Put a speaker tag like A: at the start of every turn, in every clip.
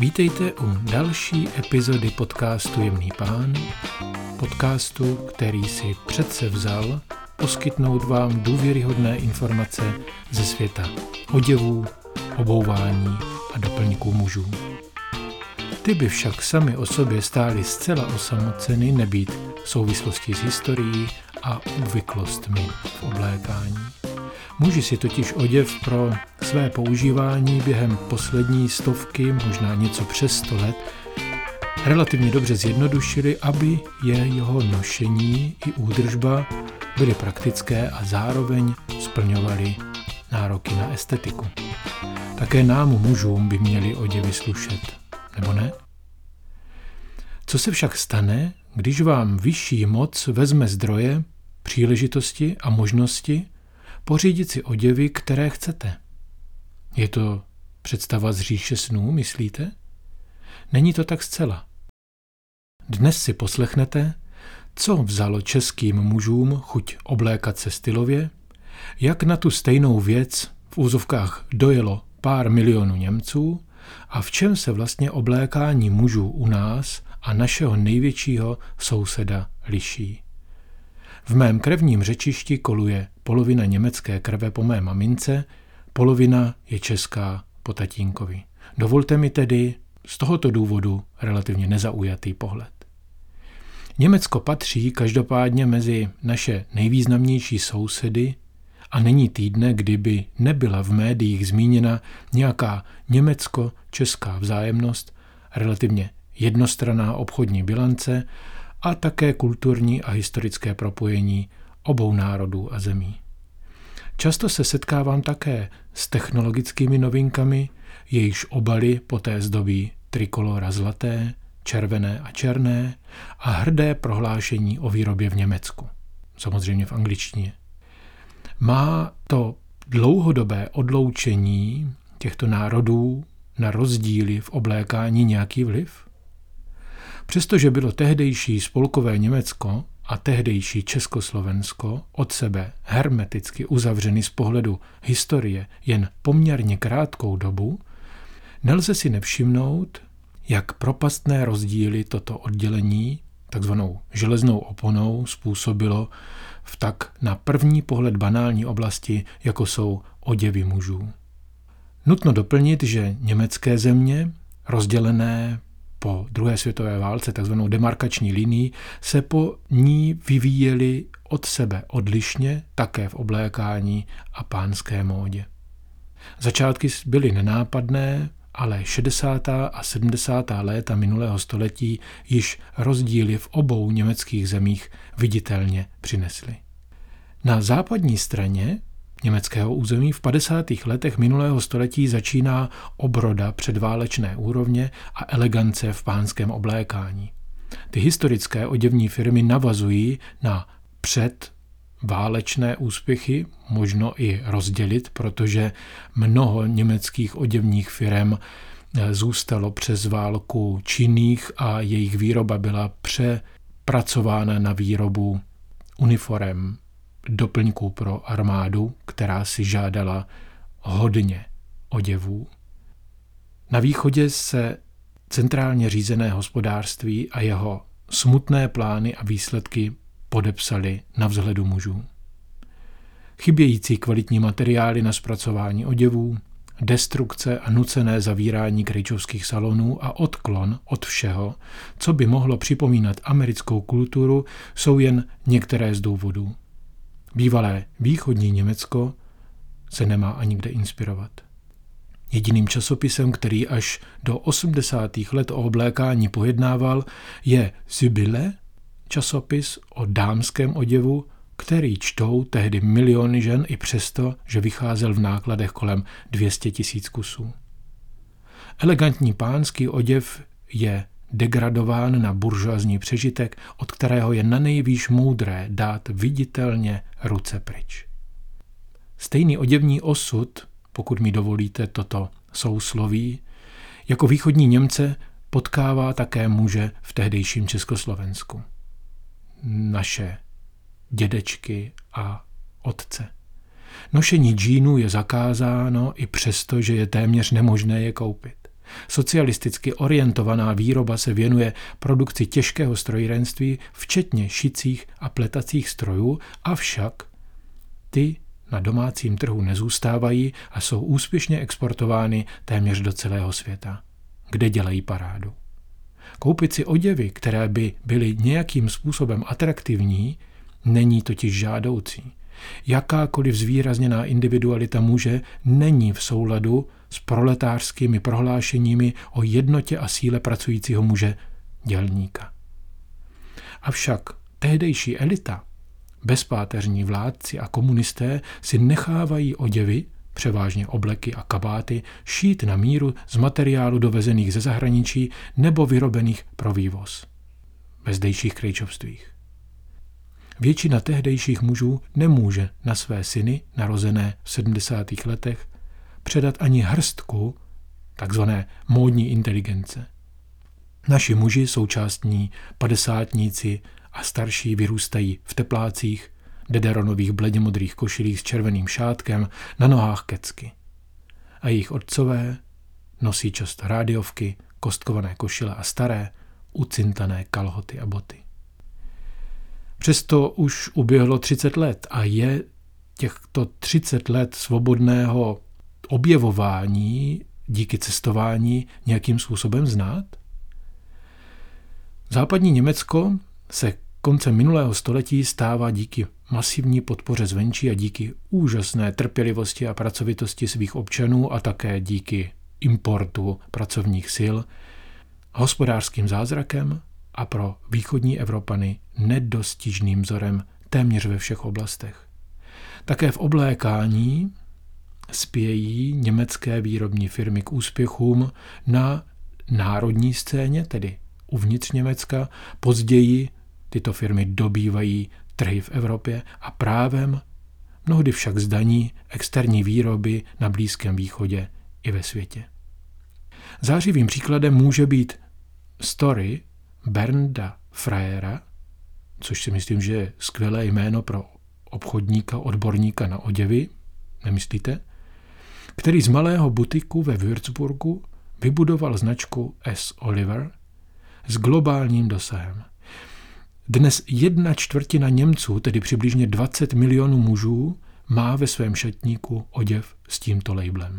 A: Vítejte u další epizody podcastu Jemný pán, podcastu, který si předsevzal poskytnout vám důvěryhodné informace ze světa oděvů, obouvání a doplňků mužů. Ty by však sami o sobě stály zcela osamoceny nebýt v souvislosti s historií a obvyklostmi v oblékání. Muži si totiž oděv pro své používání během poslední stovky, možná něco přes 100 let, relativně dobře zjednodušili, aby jeho nošení i údržba byly praktické a zároveň splňovaly nároky na estetiku. Také nám mužům by měly oděvy slušet, nebo ne? Co se však stane, když vám vyšší moc vezme zdroje, příležitosti a možnosti pořídit si oděvy, které chcete? Je to představa z říše snů, myslíte? Není to tak zcela. Dnes si poslechnete, co vzalo českým mužům chuť oblékat se stylově, jak na tu stejnou věc v úzovkách dojelo pár milionů Němců a v čem se vlastně oblékání mužů u nás a našeho největšího souseda liší. V mém krevním řečišti koluje polovina německé krve po mé mamince, polovina je česká po tatínkovi. Dovolte mi tedy z tohoto důvodu relativně nezaujatý pohled. Německo patří každopádně mezi naše nejvýznamnější sousedy a není týdne, kdyby nebyla v médiích zmíněna nějaká německo-česká vzájemnost, relativně jednostranná obchodní bilance a také kulturní a historické propojení obou národů a zemí. Často se setkávám také s technologickými novinkami, jejichž obaly poté zdobí trikolora zlaté, červené a černé a hrdé prohlášení o výrobě v Německu. Samozřejmě v angličtině. Má to dlouhodobé odloučení těchto národů na rozdíly v oblékání nějaký vliv? Přestože bylo tehdejší spolkové Německo a tehdejší Československo od sebe hermeticky uzavřeny z pohledu historie jen poměrně krátkou dobu, nelze si nevšimnout, jak propastné rozdíly toto oddělení, takzvanou železnou oponou, způsobilo v tak na první pohled banální oblasti, jako jsou oděvy mužů. Nutno doplnit, že německé země, rozdělené po druhé světové válce, takzvanou demarkační linii, se po ní vyvíjely od sebe odlišně také v oblékání a pánské módě. Začátky byly nenápadné, ale 60. a 70. léta minulého století již rozdíly v obou německých zemích viditelně přinesly. Na západní straně německého území v 50. letech minulého století začíná obroda předválečné úrovně a elegance v pánském oblékání. Ty historické oděvní firmy navazují na předválečné úspěchy, možno i rozdělit, protože mnoho německých oděvních firem zůstalo přes válku činných a jejich výroba byla přepracována na výrobu uniforem, doplňků pro armádu, která si žádala hodně oděvů. Na východě se centrálně řízené hospodářství a jeho smutné plány a výsledky podepsaly na vzhledu mužů. Chybějící kvalitní materiály na zpracování oděvů, destrukce a nucené zavírání krejčovských salonů a odklon od všeho, co by mohlo připomínat americkou kulturu, jsou jen některé z důvodů. Bývalé východní Německo se nemá ani kde inspirovat. Jediným časopisem, který až do 80. let o oblékání pojednával, je Sibylle, časopis o dámském oděvu, který čtou tehdy miliony žen i přesto, že vycházel v nákladech kolem 200 000 kusů. Elegantní pánský oděv je degradován na buržoazní přežitek, od kterého je nanejvýš moudré dát viditelně ruce pryč. Stejný oděvní osud, pokud mi dovolíte toto sousloví, jako východní Němce potkává také muže v tehdejším Československu. Naše dědečky a otce. Nošení džínů je zakázáno i přesto, že je téměř nemožné je koupit. Socialisticky orientovaná výroba se věnuje produkci těžkého strojírenství, včetně šicích a pletacích strojů, avšak ty na domácím trhu nezůstávají a jsou úspěšně exportovány téměř do celého světa, kde dělají parádu. Koupit si oděvy, které by byly nějakým způsobem atraktivní, není totiž žádoucí. Jakákoliv zvýrazněná individualita muže není v souladu s proletářskými prohlášeními o jednotě a síle pracujícího muže dělníka. Avšak tehdejší elita, bezpáteřní vládci a komunisté si nechávají oděvy, převážně obleky a kabáty, šít na míru z materiálu dovezených ze zahraničí nebo vyrobených pro vývoz ve zdejších krejčovstvích. Většina tehdejších mužů nemůže na své syny, narozené v 70. letech, předat ani hrstku takzvané módní inteligence. Naši muži, současní padesátníci a starší, vyrůstají v teplácích, dederonových bleděmodrých košilích s červeným šátkem, na nohách kecky. A jejich otcové nosí často rádiovky, kostkované košile a staré, ucintané kalhoty a boty. Přesto už uběhlo 30 let a je těchto 30 let svobodného objevování díky cestování nějakým způsobem znát? Západní Německo se koncem minulého století stává díky masivní podpoře zvenčí a díky úžasné trpělivosti a pracovitosti svých občanů a také díky importu pracovních sil hospodářským zázrakem a pro východní Evropany nedostižným vzorem téměř ve všech oblastech. Také v oblékání spějí německé výrobní firmy k úspěchům na národní scéně, tedy uvnitř Německa. Později tyto firmy dobývají trhy v Evropě a právem, mnohdy však zdaní externí výroby na Blízkém východě i ve světě. Zářivým příkladem může být story Bernda Freyera, což si myslím, že je skvělé jméno pro obchodníka, odborníka na oděvy, nemyslíte? Který z malého butiku ve Würzburgu vybudoval značku S. Oliver s globálním dosahem. Dnes 1/4 Němců, tedy přibližně 20 milionů mužů, má ve svém šatníku oděv s tímto labelem.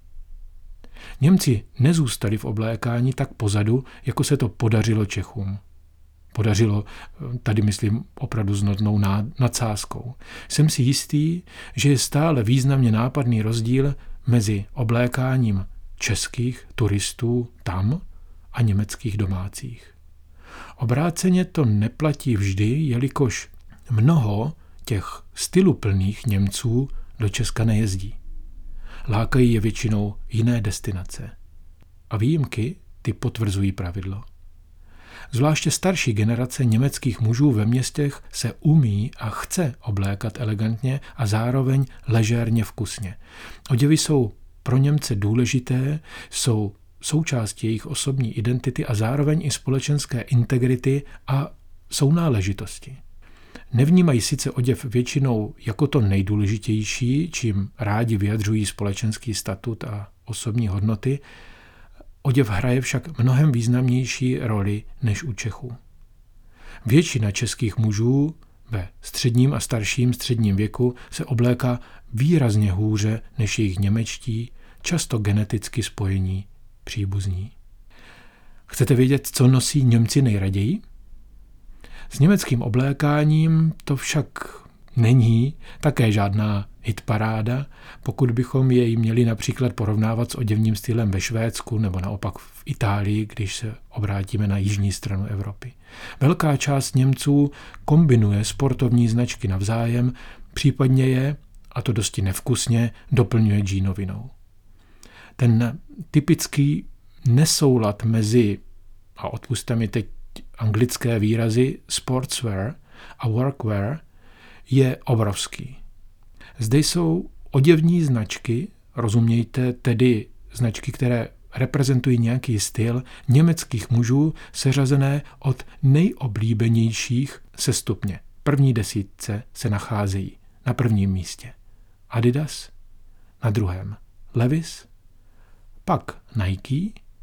A: Němci nezůstali v oblékání tak pozadu, jako se to podařilo Čechům. Podařilo, tady myslím opravdu s notnou nadsázkou. Jsem si jistý, že je stále významně nápadný rozdíl mezi oblékáním českých turistů tam a německých domácích. Obráceně to neplatí vždy, jelikož mnoho těch styluplných Němců do Česka nejezdí. Lákají je většinou jiné destinace. A výjimky ty potvrzují pravidlo. Zvláště starší generace německých mužů ve městech se umí a chce oblékat elegantně a zároveň ležérně vkusně. Oděvy jsou pro Němce důležité, jsou součástí jejich osobní identity a zároveň i společenské integrity a sounáležitosti. Nevnímají sice oděv většinou jako to nejdůležitější, čím rádi vyjadřují společenský statut a osobní hodnoty, oděv hraje však mnohem významnější roli než u Čechů. Většina českých mužů ve středním a starším středním věku se obléká výrazně hůře než jejich němečtí, často geneticky spojení příbuzní. Chcete vědět, co nosí Němci nejraději? S německým oblékáním to však není také žádná hitparáda, pokud bychom jej měli například porovnávat s oděvním stylem ve Švédsku nebo naopak v Itálii, když se obrátíme na jižní stranu Evropy. Velká část Němců kombinuje sportovní značky navzájem, případně je, a to dosti nevkusně, doplňuje džínovinou. Ten typický nesoulad mezi, a odpusťte mi teď anglické výrazy, sportswear a workwear je obrovský. Zde jsou oděvní značky, rozumějte tedy značky, které reprezentují nějaký styl německých mužů, seřazené od nejoblíbenějších sestupně. První desítce se nacházejí na prvním místě Adidas, na druhém Levi's, pak Nike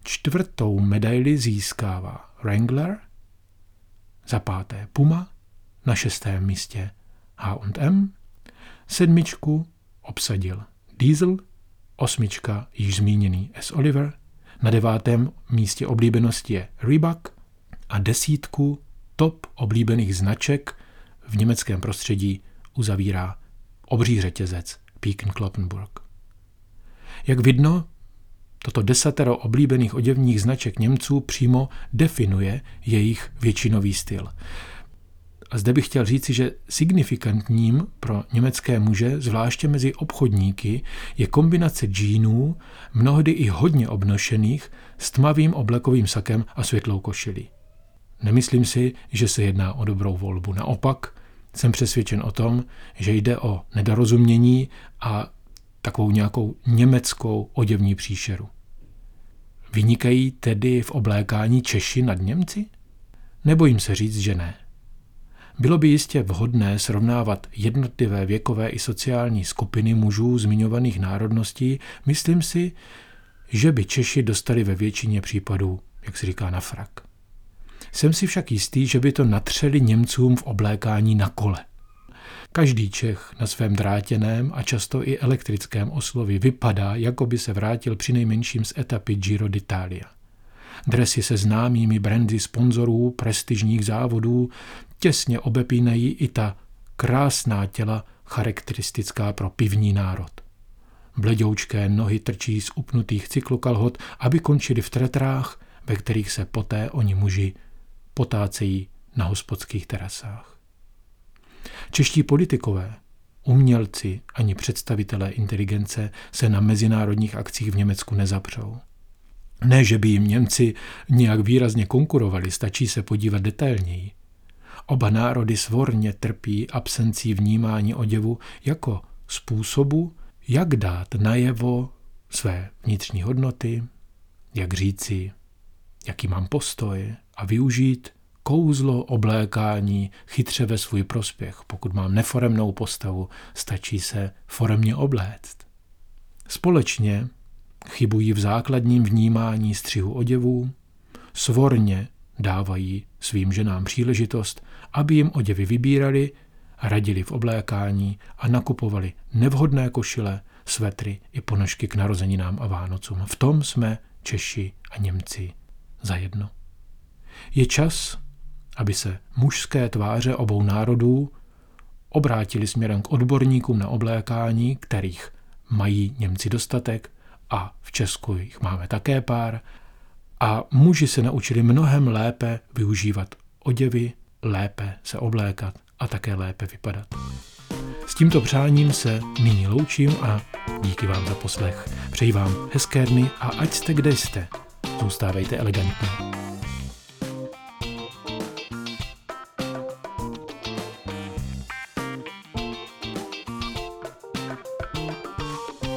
A: 4. medaili získává Wrangler, za 5. Puma, na 6. místě H&M, 7. obsadil Diesel, 8. již zmíněný S. Oliver, na 9. místě oblíbenosti je Reebok a 10. top oblíbených značek v německém prostředí uzavírá obří řetězec Peek & Cloppenburg. Jak vidno, toto 10 oblíbených oděvních značek Němců přímo definuje jejich většinový styl. A zde bych chtěl říci, že signifikantním pro německé muže, zvláště mezi obchodníky, je kombinace džínů, mnohdy i hodně obnošených, s tmavým oblekovým sakem a světlou košilí. Nemyslím si, že se jedná o dobrou volbu. Naopak jsem přesvědčen o tom, že jde o nedorozumění a takovou nějakou německou oděvní příšeru. Vynikají tedy v oblékání Češi nad Němci? Nebojím se říct, že ne. Bylo by jistě vhodné srovnávat jednotlivé věkové i sociální skupiny mužů zmiňovaných národností. Myslím si, že by Češi dostali ve většině případů, jak se říká, na frak. Jsem si však jistý, že by to natřeli Němcům v oblékání na kole. Každý Čech na svém drátěném a často i elektrickém oslovi vypadá, jako by se vrátil přinejmenším z etapy Giro d'Italia. Dresy se známými brandy sponzorů prestižních závodů těsně obepínají i ta krásná těla charakteristická pro pivní národ. Bledoučké nohy trčí z upnutých cyklokalhot, aby končily v tretrách, ve kterých se poté oni muži potácejí na hospodských terasách. Čeští politikové, umělci ani představitelé inteligence se na mezinárodních akcích v Německu nezapřou. Ne, že by jim Němci nějak výrazně konkurovali, stačí se podívat detailněji. Oba národy svorně trpí absencí vnímání oděvu jako způsobu, jak dát najevo své vnitřní hodnoty, jak říci, jaký mám postoj a využít kouzlo oblékání chytře ve svůj prospěch. Pokud mám neforemnou postavu, stačí se foremně obléct. Společně chybují v základním vnímání střihu oděvů, svorně dávají svým ženám příležitost, aby jim oděvy vybírali, radili v oblékání a nakupovali nevhodné košile, svetry i ponožky k narozeninám a Vánocům. V tom jsme Češi a Němci zajedno. Je čas, aby se mužské tváře obou národů obrátili směrem k odborníkům na oblékání, kterých mají Němci dostatek a v Česku jich máme také pár, a muži se naučili mnohem lépe využívat oděvy, lépe se oblékat a také lépe vypadat. S tímto přáním se nyní loučím a díky vám za poslech. Přeji vám hezké dny a ať jste kde jste, zůstávejte elegantní.